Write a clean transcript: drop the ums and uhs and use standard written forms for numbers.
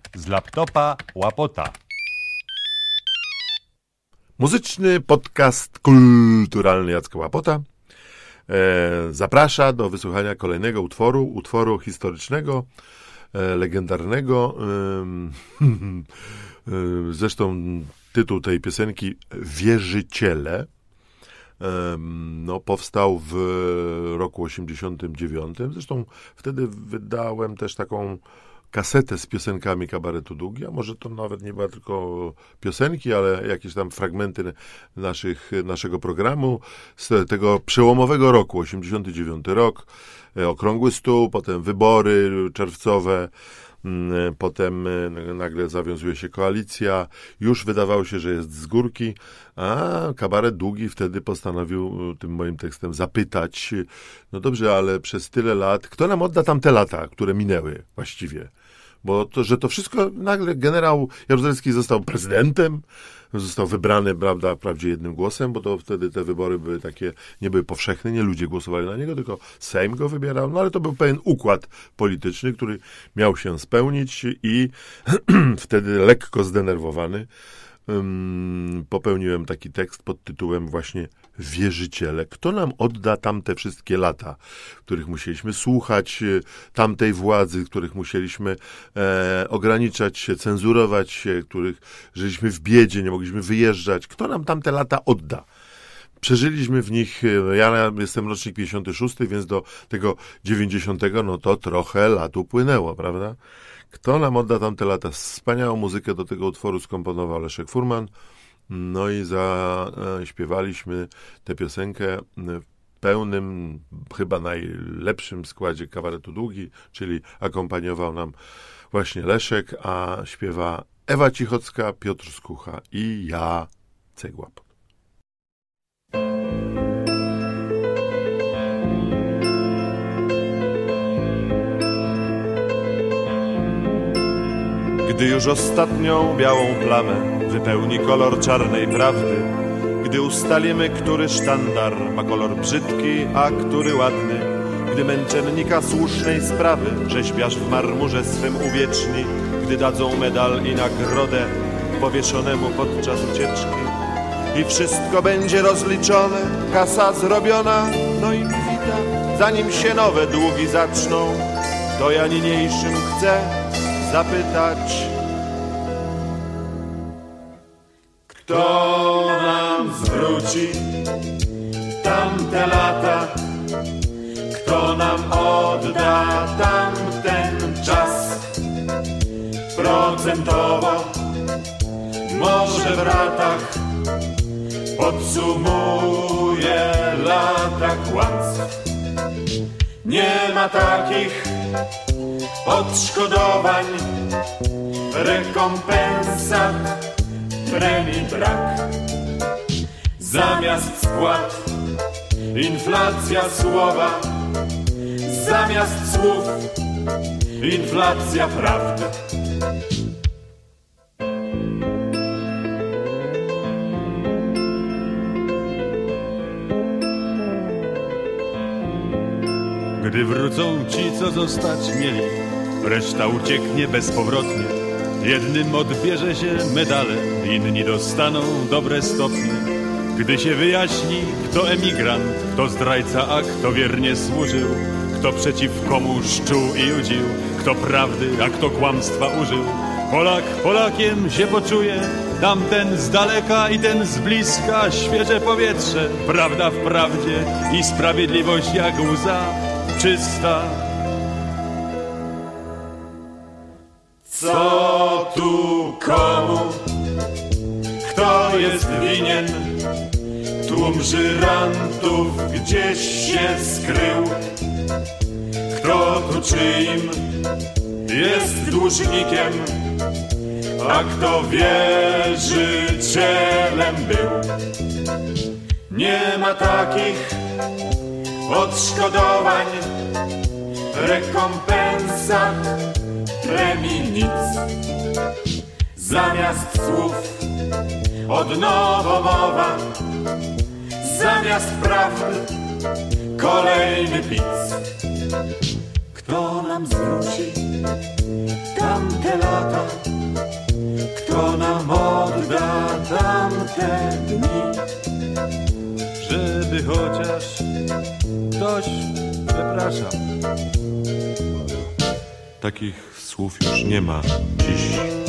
Z laptopa łapota. Muzyczny podcast kulturalny Jacka Łapota zaprasza do wysłuchania kolejnego utworu historycznego, legendarnego. Zresztą tytuł tej piosenki Wierzyciele powstał w roku 89. Zresztą wtedy wydałem też taką kasetę z piosenkami Kabaretu Długi, a może to nawet nie była tylko piosenki, ale jakieś tam fragmenty naszego programu z tego przełomowego roku, 89 rok, Okrągły Stół, potem wybory czerwcowe, potem nagle zawiązuje się koalicja, już wydawało się, że jest z górki, a Kabaret Długi wtedy postanowił tym moim tekstem zapytać, no dobrze, ale przez tyle lat, kto nam odda tamte lata, które minęły właściwie? Bo że to wszystko, nagle generał Jaruzelski został prezydentem, został wybrany, prawda, wprawdzie jednym głosem, bo to wtedy te wybory były takie, nie były powszechne, nie ludzie głosowali na niego, tylko Sejm go wybierał, no ale to był pewien układ polityczny, który miał się spełnić i wtedy lekko zdenerwowany popełniłem taki tekst pod tytułem właśnie Wierzyciele. Kto nam odda tamte wszystkie lata, w których musieliśmy słuchać tamtej władzy, w których musieliśmy ograniczać się, cenzurować się, w których żyliśmy w biedzie, nie mogliśmy wyjeżdżać. Kto nam tamte lata odda? Przeżyliśmy w nich, ja jestem rocznik 56, więc do tego 90, no to trochę lat upłynęło, prawda? Kto nam odda tamte lata? Wspaniałą muzykę do tego utworu skomponował Leszek Furman. No i zaśpiewaliśmy tę piosenkę w pełnym, chyba najlepszym składzie Kabaretu Długi, czyli akompaniował nam właśnie Leszek, a śpiewa Ewa Cichocka, Piotr Skucha i ja, Cegłap. Gdy już ostatnią białą plamę wypełni kolor czarnej prawdy, gdy ustalimy, który sztandar ma kolor brzydki, a który ładny, gdy męczennika słusznej sprawy rzeźbiarz w marmurze swym uwieczni, gdy dadzą medal i nagrodę powieszonemu podczas ucieczki i wszystko będzie rozliczone, kasa zrobiona, no i kwita, zanim się nowe długi zaczną, to ja niniejszym chcę zapytać, kto nam zwróci tamte lata, kto nam odda tamten czas, procentowo, może w ratach, podsumuje lata kłamstw. Nie ma takich odszkodowań, rekompensat, premii brak. Zamiast spłat inflacja słowa, zamiast słów inflacja prawdy. Gdy wrócą ci, co zostać mieli, reszta ucieknie bezpowrotnie. Jednym odbierze się medale, inni dostaną dobre stopnie. Gdy się wyjaśni, kto emigrant, kto zdrajca, a kto wiernie służył, kto przeciw komu szczuł i judził, kto prawdy, a kto kłamstwa użył. Polak Polakiem się poczuje, tamten z daleka i ten z bliska, świeże powietrze, prawda w prawdzie i sprawiedliwość jak łza czysta. Co tu komu? Kto jest winien? Tłum żyrantów gdzieś się skrył. Kto tu czyim jest dłużnikiem, a kto wierzycielem był? Nie ma takich odszkodowań, rekompensat, premii nic. Zamiast słów od nowa mowa, zamiast prawdy kolejny pic. Kto nam zwróci tamte lata, chociaż ktoś, przepraszam. Takich słów już nie ma dziś.